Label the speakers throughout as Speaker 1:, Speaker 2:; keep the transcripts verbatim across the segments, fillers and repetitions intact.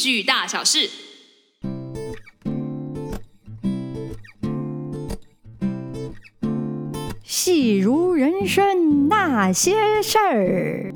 Speaker 1: 剧大小事。
Speaker 2: 戏如人生那些事儿。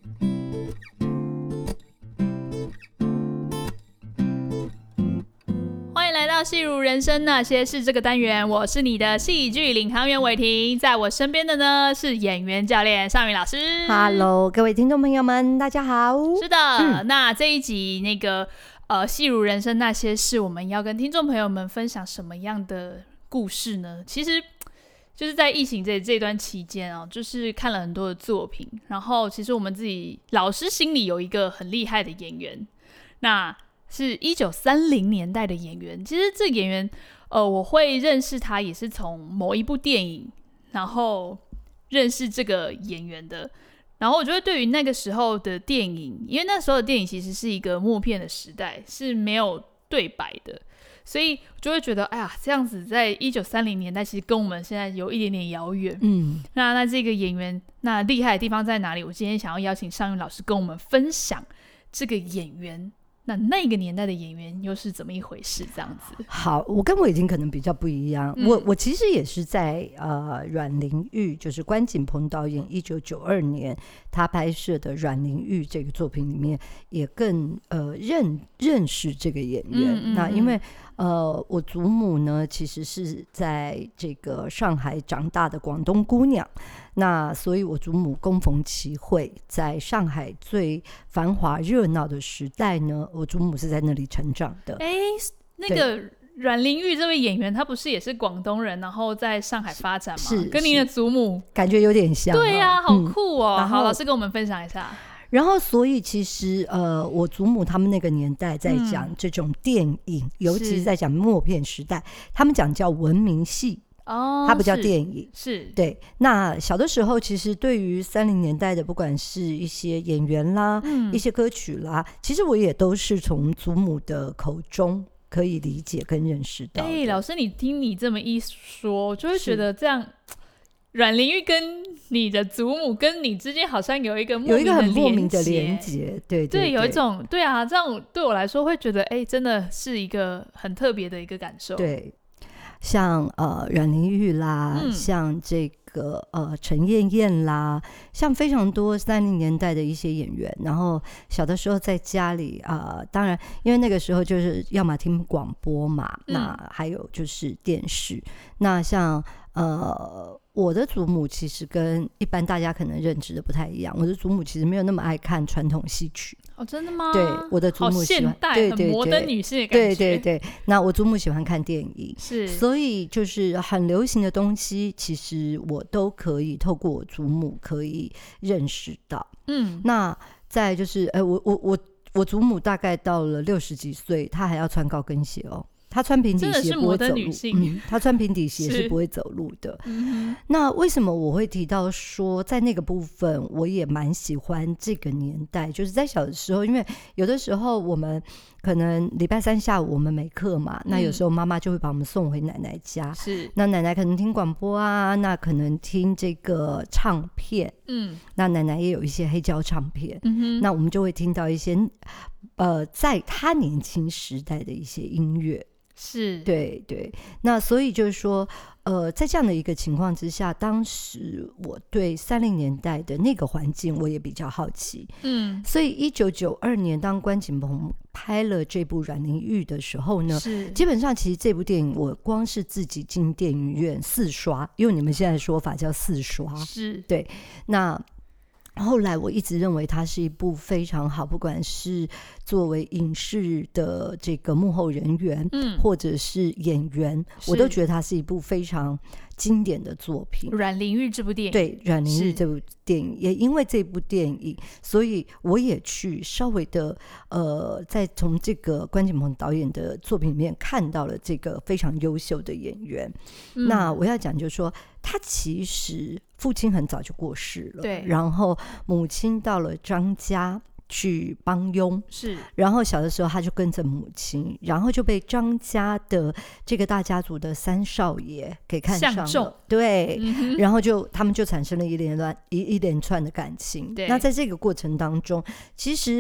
Speaker 1: 欢迎来到戏如人生那些事这个单元，我是你的戏剧领航员伟霆，在我身边的呢是演员教练尚云老师。
Speaker 2: Hello， 各位听众朋友们，大家好。
Speaker 1: 是的，嗯、那这一集那个呃戏如人生那些事，我们要跟听众朋友们分享什么样的故事呢？其实就是在疫情 这, 这段期间哦，就是看了很多的作品，然后其实我们自己老师心里有一个很厉害的演员，那是一九三零年代的演员。其实这演员，呃，我会认识他也是从某一部电影，然后认识这个演员的。然后我觉得对于那个时候的电影，因为那时候的电影其实是一个默片的时代，是没有对白的。所以就会觉得，哎呀，这样子在一九三零年代，其实跟我们现在有一点点遥远。嗯，那那这个演员，那厉害的地方在哪里？我今天想要邀请尚云老师跟我们分享这个演员，那那个年代的演员又是怎么一回事？这样子。
Speaker 2: 好，我跟伟霆可能比较不一样。嗯、我我其实也是在呃阮玲玉，就是关锦鹏导演一九九二年他拍摄的《阮玲玉》这个作品里面，也更呃认认识这个演员。嗯嗯嗯那因为呃我祖母呢，其实是在这个上海长大的广东姑娘。那所以我祖母恭逢其会，在上海最繁华热闹的时代呢，我祖母是在那里成长的。
Speaker 1: 哎，那个阮玲玉这位演员，她不是也是广东人，然后在上海发展吗？是，跟您的祖母
Speaker 2: 感觉有点像。
Speaker 1: 对呀、啊，好酷哦！嗯、好，老师跟我们分享一下。
Speaker 2: 然后，所以其实呃，我祖母他们那个年代在讲这种电影，嗯、尤其是在讲默片时代，他们讲叫文明戏。哦，它不叫电影，
Speaker 1: 是, 是
Speaker 2: 对。那小的时候，其实对于三零年代的，不管是一些演员啦、嗯、一些歌曲啦，其实我也都是从祖母的口中可以理解跟认识到的。
Speaker 1: 哎、欸，老师，你听你这么一说，我就会觉得这样，阮玲玉跟你的祖母跟你之间好像有一个
Speaker 2: 有一个很莫名的连结，对 对, 对,
Speaker 1: 对，有一种对啊，这样对我来说会觉得，哎、欸，真的是一个很特别的一个感受。
Speaker 2: 对。像呃阮玲玉啦、嗯、像这个呃陈燕燕啦，像非常多三零年代的一些演员，然后小的时候在家里啊、呃，当然因为那个时候就是要么听广播嘛、嗯、那还有就是电视。那像呃我的祖母其实跟一般大家可能认知的不太一样，我的祖母其实没有那么爱看传统戏曲。
Speaker 1: 哦，真的吗？
Speaker 2: 对，我的祖母喜欢，
Speaker 1: 好现代，
Speaker 2: 对对对，
Speaker 1: 很摩登女性的感觉。
Speaker 2: 对对对，那我祖母喜欢看电影，
Speaker 1: 是，
Speaker 2: 所以就是很流行的东西，其实我都可以透过我祖母可以认识到。嗯，那再就是，哎，我我我我祖母大概到了六十几岁，她还要穿高跟鞋哦。她穿平底鞋不会走路，嗯，她穿平底鞋是不会走路的。嗯、那为什么我会提到说，在那个部分我也蛮喜欢这个年代，就是在小的时候，因为有的时候我们可能礼拜三下午我们没课嘛，嗯、那有时候妈妈就会把我们送回奶奶家，是，那奶奶可能听广播啊，那可能听这个唱片，嗯，那奶奶也有一些黑胶唱片，嗯、那我们就会听到一些呃，在她年轻时代的一些音乐。是，对对，那所以就是说，呃，在这样的一个情况之下，当时我对三零年代的那个环境我也比较好奇，嗯，所以一九九二年当关锦鹏拍了这部《阮玲玉》的时候呢，是基本上其实这部电影我光是自己进电影院四刷，因为你们现在说法叫四刷，是对，那。后来我一直认为它是一部非常好，不管是作为影视的这个幕后人员、嗯、或者是演员，我都觉得它是一部非常经典的作品。
Speaker 1: 阮玲玉这部电影，
Speaker 2: 对，阮玲玉这部电影，也因为这部电影，所以我也去稍微的呃，在从这个关锦鹏导演的作品里面看到了这个非常优秀的演员。嗯、那我要讲就是说，他其实父亲很早就过世了，对，然后母亲到了张家去帮佣，是，然后小的时候他就跟着母亲，然后就被张家的这个大家族的三少爷给看上了，对、嗯、然后就他们就产生了一连串 一, 一连串的感情。对，那在这个过程当中，其实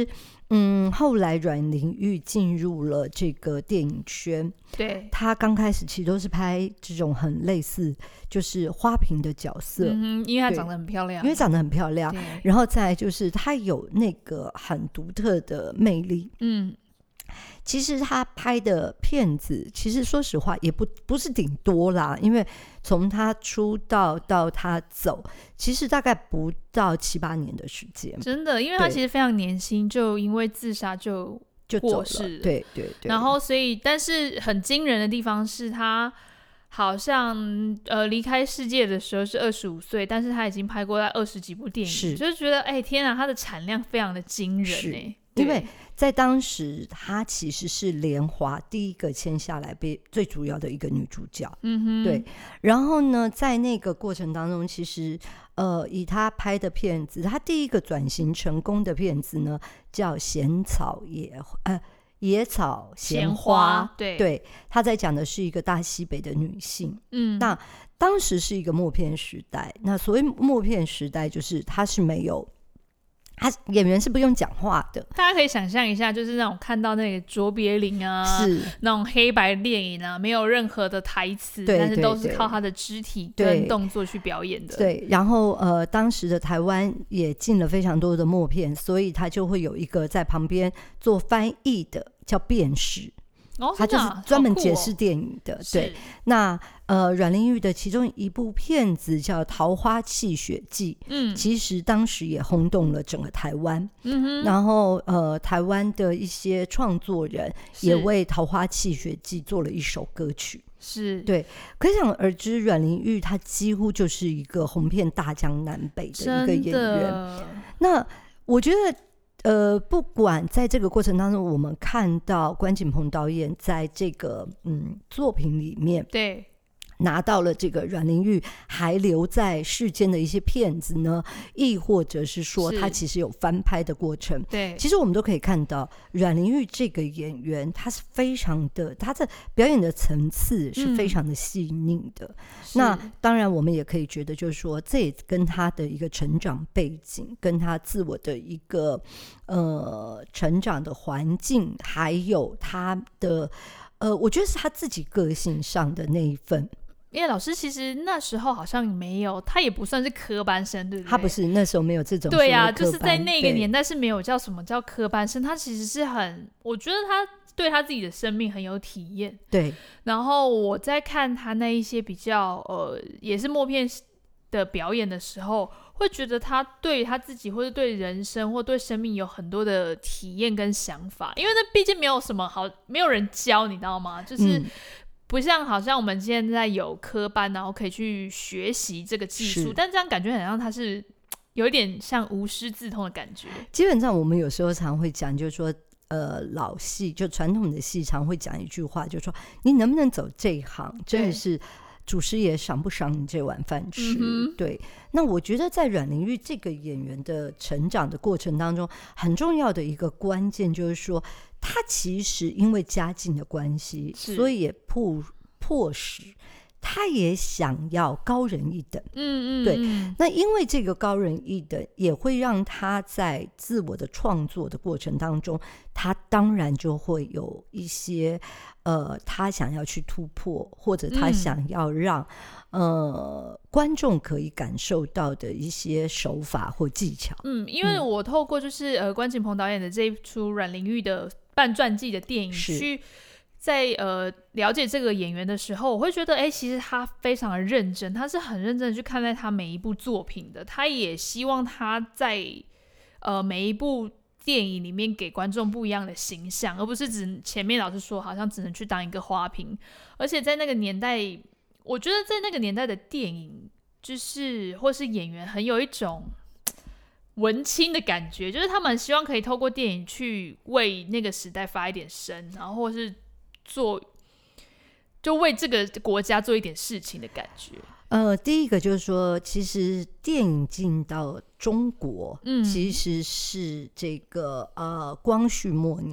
Speaker 2: 嗯，后来阮玲玉进入了这个电影圈，
Speaker 1: 对，
Speaker 2: 她刚开始其实都是拍这种很类似就是花瓶的角色，
Speaker 1: 嗯，因为她长得很漂亮，
Speaker 2: 因为长得很漂亮，然后再来就是她有那个很独特的魅力，嗯。其实他拍的片子，其实说实话也不不是顶多啦，因为从他出道到他走，其实大概不到七八年的时间。
Speaker 1: 真的，因为他其实非常年轻，就因为自杀就过世了。
Speaker 2: 就对对对。
Speaker 1: 然后所以，但是很惊人的地方是他好像呃离开世界的时候是二十五岁，但是他已经拍过在二十几部电影，是就是觉得哎、欸、天啊，他的产量非常的惊人哎、欸。
Speaker 2: 因为在当时她其实是联华第一个签下来被最主要的一个女主角，嗯哼，对。然后呢，在那个过程当中，其实呃，以她拍的片子，她第一个转型成功的片子呢，叫《咸草野》呃。野草闲花，
Speaker 1: 对
Speaker 2: 对，她在讲的是一个大西北的女性，嗯，那当时是一个默片时代，那所谓默片时代，就是她是没有。他演员是不用讲话的，
Speaker 1: 大家可以想象一下，就是那种看到那个卓别林啊，是那种黑白电影啊，没有任何的台词，但是都是靠他的肢体跟动作去表演的。
Speaker 2: 对，然后呃，当时的台湾也进了非常多的默片，所以他就会有一个在旁边做翻译的，叫辨识。
Speaker 1: 哦，
Speaker 2: 他就是专门解释电影的。哦、对，那呃，阮玲玉的其中一部片子叫《桃花泣血记》，嗯，其实当时也轰动了整个台湾。嗯哼，然后呃，台湾的一些创作人也为《桃花泣血记》做了一首歌曲。
Speaker 1: 是，
Speaker 2: 对，可想而知，阮玲玉她几乎就是一个红遍大江南北的一个演员。那我觉得。呃，不管在这个过程当中，我们看到关锦鹏导演在这个嗯作品里面，
Speaker 1: 对，
Speaker 2: 拿到了这个阮玲玉还留在世间的一些片子呢，亦或者是说他其实有翻拍的过程。
Speaker 1: 对，
Speaker 2: 其实我们都可以看到阮玲玉这个演员，他是非常的，他的表演的层次是非常的细腻的。嗯、那当然，我们也可以觉得，就是说，这也跟他的一个成长背景，跟他自我的一个呃成长的环境，还有他的呃，我觉得是他自己个性上的那一份。
Speaker 1: 因为老师其实那时候好像没有，他也不算是科班生，对不对？
Speaker 2: 他不是那时候没有这种
Speaker 1: 对呀、啊，就是在那个年代是没有叫什么叫科班生，他其实是很，我觉得他对他自己的生命很有体验。
Speaker 2: 对，
Speaker 1: 然后我在看他那一些比较呃，也是默片的表演的时候，会觉得他对他自己或者对人生或对生命有很多的体验跟想法，因为那毕竟没有什么好，没有人教，你知道吗？就是。嗯，不像好像我们现在有科班，然后可以去学习这个技术，但这样感觉很像它是有一点像无师自通的感觉。
Speaker 2: 基本上我们有时候常会讲，就是说呃，老戏就传统的戏常会讲一句话，就是说你能不能走这一行，真的是祖师爷赏不赏你这碗饭吃。嗯、对，那我觉得在阮玲玉这个演员的成长的过程当中，很重要的一个关键就是说，他其实因为家境的关系，所以也迫迫使他也想要高人一等。嗯嗯，对。那因为这个高人一等，也会让他在自我的创作的过程当中，他当然就会有一些呃，他想要去突破，或者他想要让、嗯、呃观众可以感受到的一些手法或技巧。
Speaker 1: 嗯，因为我透过就是呃关锦鹏导演的这一出阮玲玉的半传记的电影去。在呃了解这个演员的时候，我会觉得，哎，其实他非常的认真，他是很认真的去看待他每一部作品的。他也希望他在呃每一部电影里面给观众不一样的形象，而不是只前面老师说好像只能去当一个花瓶。而且在那个年代，我觉得在那个年代的电影，就是或是演员，很有一种文青的感觉，就是他们希望可以透过电影去为那个时代发一点声，然后或是。做就为这个国家做一点事情的感觉。
Speaker 2: 呃，第一个就是说，其实电影进到中国，嗯，其实是这个呃光绪末年。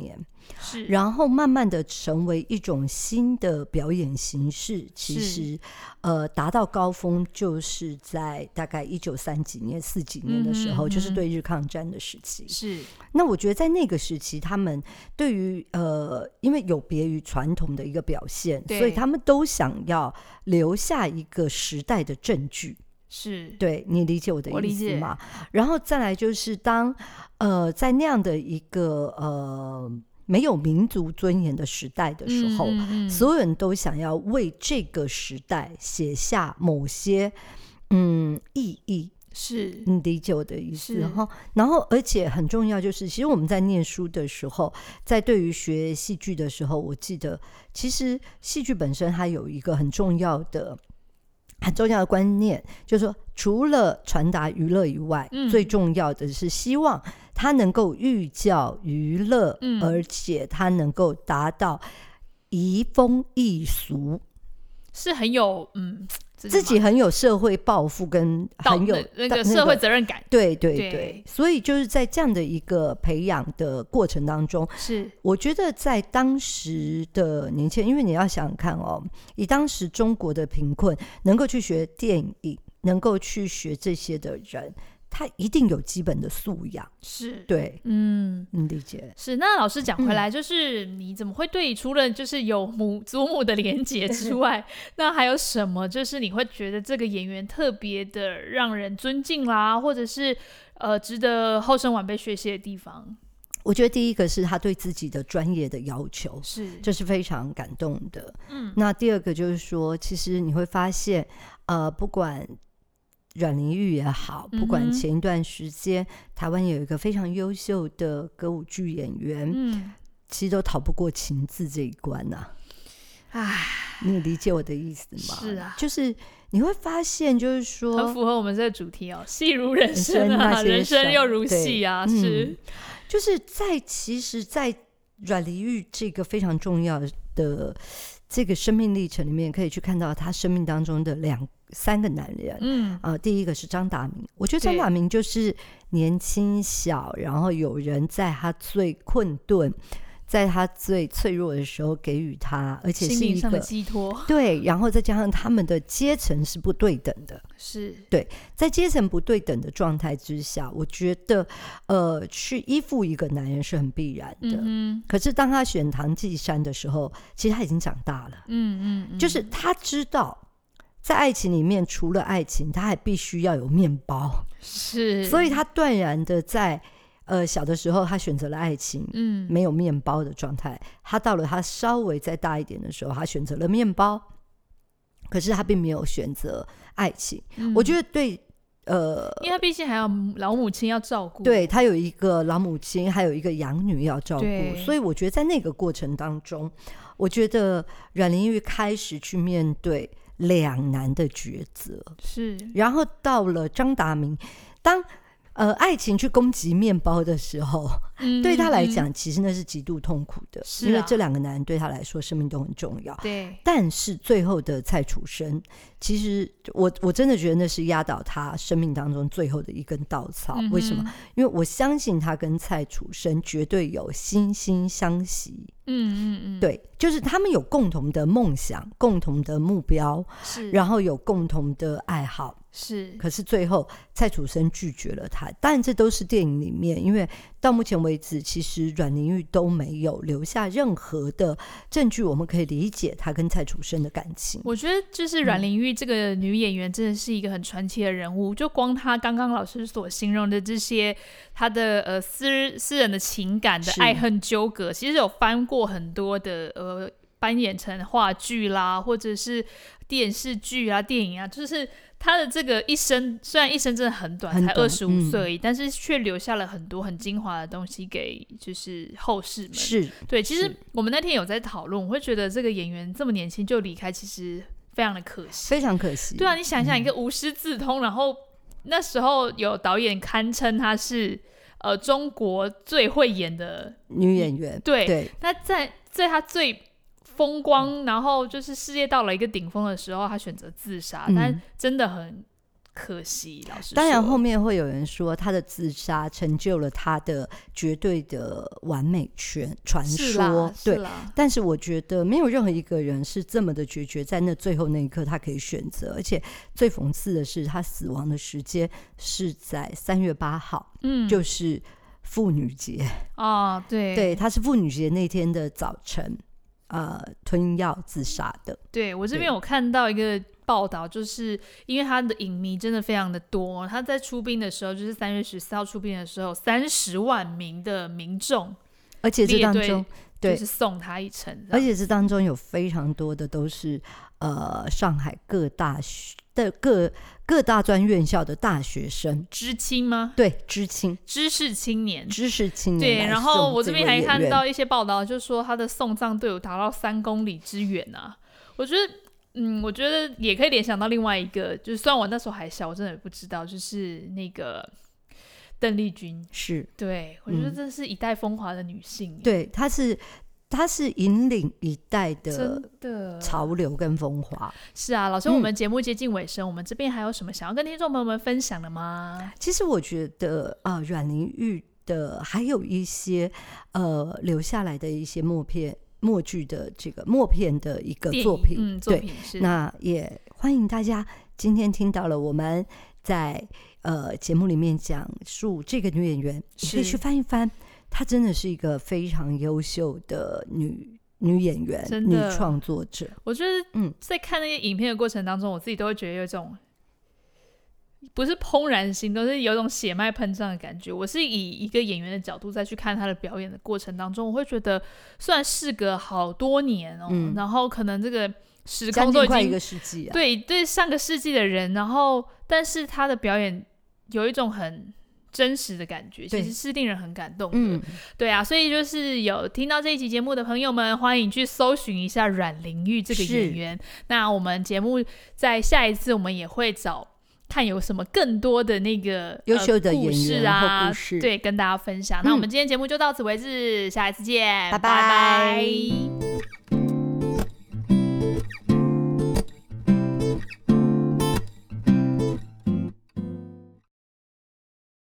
Speaker 1: 是，
Speaker 2: 然后慢慢的成为一种新的表演形式。其实呃，达到高峰就是在大概一九三几年四几年的时候、嗯、就是对日抗战的时期。
Speaker 1: 是，
Speaker 2: 那我觉得在那个时期他们对于呃，因为有别于传统的一个表现，所以他们都想要留下一个时代的证据。
Speaker 1: 是，
Speaker 2: 对，你理解我的意思吗？然后再来就是当呃在那样的一个呃没有民族尊严的时代的时候、嗯嗯嗯、所有人都想要为这个时代写下某些嗯意义。
Speaker 1: 是，
Speaker 2: 你理解我的意思哈。然后而且很重要就是其实我们在念书的时候，在对于学戏剧的时候，我记得其实戏剧本身它有一个很重要的很重要的观念，就是说除了传达娱乐以外、嗯、最重要的是希望它能够寓教于乐、嗯、而且它能够达到移风易俗，
Speaker 1: 是很有嗯
Speaker 2: 自己很有社会抱负跟很有
Speaker 1: 那个社会责任感、
Speaker 2: 那个、对对 对, 对，所以就是在这样的一个培养的过程当中，
Speaker 1: 是
Speaker 2: 我觉得在当时的年轻人，因为你要想想看哦，以当时中国的贫困能够去学电影能够去学这些的人，他一定有基本的素养。
Speaker 1: 是，
Speaker 2: 对，嗯，你理解。
Speaker 1: 是。那老师讲回来、嗯、就是你怎么会对除了就是有母祖母的连结之外那还有什么就是你会觉得这个演员特别的让人尊敬啦，或者是呃值得后生晚辈学习的地方？
Speaker 2: 我觉得第一个是他对自己的专业的要求，
Speaker 1: 是，
Speaker 2: 这是非常感动的。嗯，那第二个就是说其实你会发现呃，不管阮玲玉也好，不管前一段时间、嗯、台湾有一个非常优秀的歌舞剧演员、嗯、其实都逃不过情字这一关啊。唉，你理解我的意思吗？是啊，就是你会发现就是说
Speaker 1: 很符合我们这个主题哦，戏如人生啊，人生又如戏啊。是、嗯、
Speaker 2: 就是在其实在阮玲玉这个非常重要的这个生命历程里面，可以去看到他生命当中的两三个男人。嗯、呃，第一个是张达明，我觉得张达明就是年轻小，然后有人在他最困顿在他最脆弱的时候给予他，而且是一个
Speaker 1: 心灵上的寄托。
Speaker 2: 对，然后再加上他们的阶层是不对等的。
Speaker 1: 是，
Speaker 2: 对，在阶层不对等的状态之下，我觉得呃，去依附一个男人是很必然的。嗯，可是当他选唐季山的时候，其实他已经长大了。嗯嗯, 嗯，就是他知道在爱情里面除了爱情他还必须要有面包。
Speaker 1: 是，
Speaker 2: 所以他断然的在呃，小的时候他选择了爱情，嗯，没有面包的状态。他到了他稍微再大一点的时候，他选择了面包，可是他并没有选择爱情。嗯、我觉得对，呃，
Speaker 1: 因为他毕竟还有老母亲要照顾，
Speaker 2: 对，他有一个老母亲，还有一个养女要照顾，所以我觉得在那个过程当中，我觉得阮玲玉开始去面对两难的抉择。
Speaker 1: 是，
Speaker 2: 然后到了张达明，当呃，爱情去攻击面包的时候、嗯、对他来讲、嗯、其实那是极度痛苦的、啊、因为这两个男人对他来说生命都很重要。
Speaker 1: 对，
Speaker 2: 但是最后的蔡楚生，其实我我真的觉得那是压倒他生命当中最后的一根稻草、嗯、为什么？因为我相信他跟蔡楚生绝对有惺惺相惜。嗯嗯嗯，对，就是他们有共同的梦想，共同的目标，是，然后有共同的爱好，
Speaker 1: 是。
Speaker 2: 可是最后蔡楚生拒绝了他，当然这都是电影里面，因为到目前为止其实阮玲玉都没有留下任何的证据我们可以理解他跟蔡楚生的感情。
Speaker 1: 我觉得就是阮玲玉这个女演员真的是一个很传奇的人物、嗯、就光她刚刚老师所形容的这些她的呃私私人的情感的爱恨纠葛，其实有翻过很多的呃扮演成话剧啦，或者是电视剧啊、电影啊，就是他的这个一生，虽然一生真的很短，很短才二十五岁而已、嗯，但是却留下了很多很精华的东西给就是后世们。
Speaker 2: 是，
Speaker 1: 对，其实我们那天有在讨论，我会觉得这个演员这么年轻就离开，其实非常的可惜，
Speaker 2: 非常可惜。
Speaker 1: 对啊，你想想一个无师自通、嗯，然后那时候有导演堪称他是呃中国最会演的
Speaker 2: 女演员，
Speaker 1: 对，
Speaker 2: 对，
Speaker 1: 那在在他最风光，然后就是事业到了一个顶峰的时候，他选择自杀、嗯，但真的很可惜。老实说，
Speaker 2: 当然后面会有人说他的自杀成就了他的绝对的完美圈传说，对。但是我觉得没有任何一个人是这么的决绝，在那最后那一刻他可以选择。而且最讽刺的是，他死亡的时间是在三月八号，嗯，就是妇女节
Speaker 1: 哦，对
Speaker 2: 对，他是妇女节那天的早晨。呃，吞药自杀的。
Speaker 1: 对，我这边有看到一个报道，就是因为他的影迷真的非常的多，他在出兵的时候，就是三月十四号出兵的时候，三十万名的民众，
Speaker 2: 而且这当中
Speaker 1: 对就是送他一程，
Speaker 2: 而且这当中有非常多的都是呃上海各大学的各各大专院校的大学生，
Speaker 1: 知青吗？
Speaker 2: 对，知青，
Speaker 1: 知识青年，
Speaker 2: 知识青年。
Speaker 1: 对，然后我这边还看到一些报道，就说他的送葬队有达到三公里之远啊。我觉得，嗯，我觉得也可以联想到另外一个，就是虽然我那时候还小，我真的不知道，就是那个邓丽君，
Speaker 2: 是，
Speaker 1: 对，我觉得这是一代风华的女性，
Speaker 2: 嗯、对，她是。它是引领一代的潮流跟风华。
Speaker 1: 是啊，老师，我们节目接近尾声、嗯、我们这边还有什么想要跟听众朋友们分享的吗？
Speaker 2: 其实我觉得呃，阮玲玉的还有一些呃留下来的一些默片默剧的这个默片的一个作品，
Speaker 1: 嗯，作品是。
Speaker 2: 那也欢迎大家今天听到了我们在呃节目里面讲述这个女演员，你可以去翻一翻。她真的是一个非常优秀的女女演员、女创作者。
Speaker 1: 我觉得，嗯，在看那些影片的过程当中，我自己都会觉得有一种不是怦然心动，是有一种血脉喷张的感觉。我是以一个演员的角度再去看她的表演的过程当中，我会觉得，虽然事隔好多年哦，嗯、然后可能这个时空都已经
Speaker 2: 快一个世纪啊，
Speaker 1: 对对，上个世纪的人，然后但是她的表演有一种很真实的感觉，其实是令人很感动的、嗯、对啊，所以就是有听到这一集节目的朋友们，欢迎去搜寻一下阮玲玉这个演员。那我们节目在下一次我们也会找看有什么更多的那个
Speaker 2: 优秀的演员
Speaker 1: 啊
Speaker 2: 或故事，
Speaker 1: 对，跟大家分享、嗯、那我们今天节目就到此为止，下一次见，
Speaker 2: 拜拜。
Speaker 1: 拜拜。